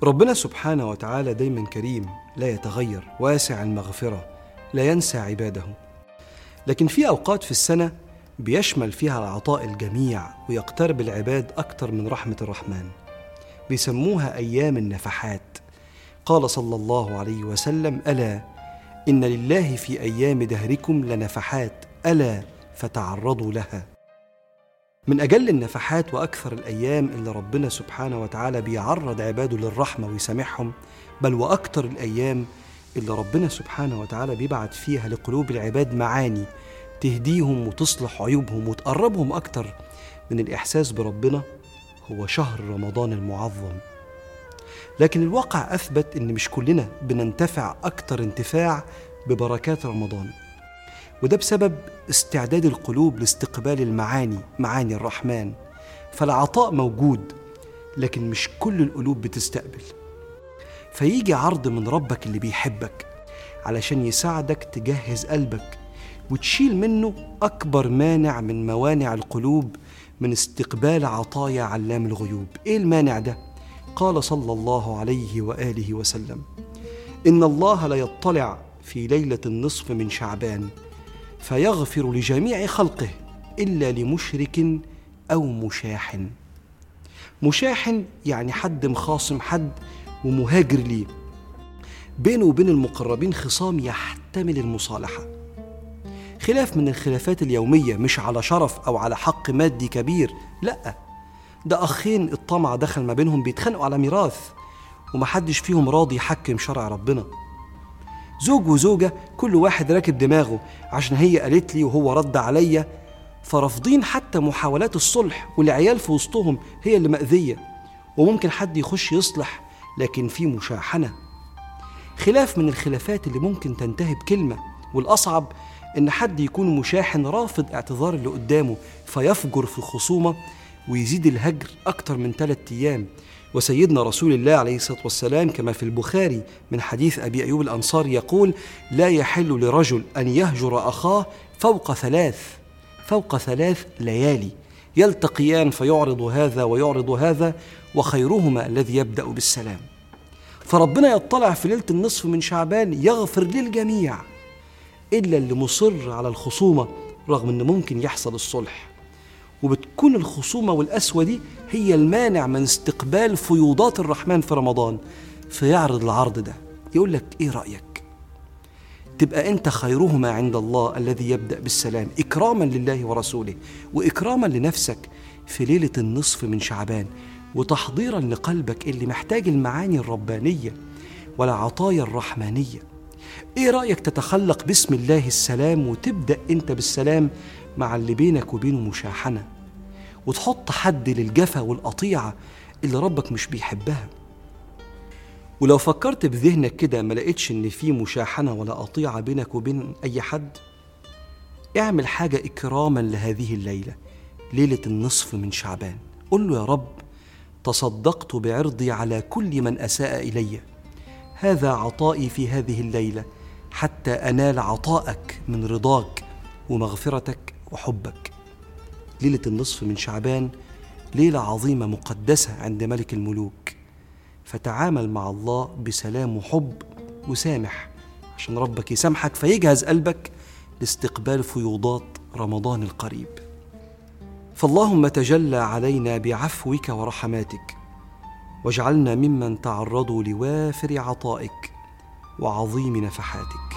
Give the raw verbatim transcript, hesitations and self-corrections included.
ربنا سبحانه وتعالى دايما كريم، لا يتغير، واسع المغفرة، لا ينسى عباده. لكن في أوقات في السنة بيشمل فيها العطاء الجميع ويقترب العباد أكتر من رحمة الرحمن، بيسموها أيام النفحات. قال صلى الله عليه وسلم: ألا إن لله في أيام دهركم لنفحات، ألا فتعرضوا لها. من أجل النفحات وأكثر الأيام اللي ربنا سبحانه وتعالى بيعرض عباده للرحمة ويسامحهم، بل وأكثر الأيام اللي ربنا سبحانه وتعالى بيبعت فيها لقلوب العباد معاني تهديهم وتصلح عيوبهم وتقربهم أكتر من الإحساس بربنا، هو شهر رمضان المعظم. لكن الواقع أثبت إن مش كلنا بننتفع أكتر انتفاع ببركات رمضان، وده بسبب استعداد القلوب لاستقبال المعاني، معاني الرحمن. فالعطاء موجود، لكن مش كل القلوب بتستقبل. فيجي عرض من ربك اللي بيحبك علشان يساعدك تجهز قلبك وتشيل منه أكبر مانع من موانع القلوب من استقبال عطايا علام الغيوب. إيه المانع ده؟ قال صلى الله عليه وآله وسلم: إن الله لا يطلع في ليلة النصف من شعبان فيغفر لجميع خلقه إلا لمشرك أو مشاح. مشاح يعني حد مخاصم حد ومهاجر ليه، بينه وبين المقربين خصام يحتمل المصالحة، خلاف من الخلافات اليومية، مش على شرف أو على حق مادي كبير، لأ، ده أخين الطمع دخل ما بينهم بيتخانقوا على ميراث ومحدش فيهم راضي يحكم شرع ربنا. زوج وزوجة كل واحد راكب دماغه عشان هي قالت لي وهو رد عليا، فرافضين حتى محاولات الصلح، والعيال في وسطهم هي اللي مأذية، وممكن حد يخش يصلح لكن في مشاحنة. خلاف من الخلافات اللي ممكن تنتهي بكلمة، والأصعب إن حد يكون مشاحن رافض اعتذار اللي قدامه فيفجر في الخصومة ويزيد الهجر أكتر من ثلاثة أيام. وسيدنا رسول الله عليه الصلاة والسلام كما في البخاري من حديث أبي أيوب الأنصاري يقول: لا يحل لرجل أن يهجر أخاه فوق ثلاث فوق ثلاث ليالي يلتقيان فيعرض هذا ويعرض هذا، وخيرهما الذي يبدأ بالسلام. فربنا يطلع في ليلة النصف من شعبان يغفر للجميع إلا اللي مصر على الخصومة رغم أنه ممكن يحصل الصلح، وبتكون الخصومة والأسوة دي هي المانع من استقبال فيوضات الرحمن في رمضان. فيعرض العرض ده يقول لك: إيه رأيك تبقى أنت خيرهما عند الله الذي يبدأ بالسلام، إكراما لله ورسوله وإكراما لنفسك في ليلة النصف من شعبان، وتحضيرا لقلبك اللي محتاج المعاني الربانية والعطايا الرحمانية. إيه رأيك تتخلق باسم الله السلام وتبدأ أنت بالسلام مع اللي بينك وبينه مشاحنة، وتحط حد للجفا والقطيعة اللي ربك مش بيحبها. ولو فكرت بذهنك كده ما لقيتش إن في مشاحنة ولا قطيعة بينك وبين أي حد، اعمل حاجة إكراما لهذه الليلة، ليلة النصف من شعبان. قل له: يا رب، تصدقت بعرضي على كل من أساء إلي، هذا عطائي في هذه الليلة حتى أنال عطائك من رضاك ومغفرتك وحبك. ليلة النصف من شعبان ليلة عظيمة مقدسة عند ملك الملوك، فتعامل مع الله بسلام وحب وسامح عشان ربك يسامحك فيجهز قلبك لاستقبال فيوضات رمضان القريب. فاللهم تجلى علينا بعفوك ورحماتك، واجعلنا ممن تعرضوا لوافر عطائك وعظيم نفحاتك.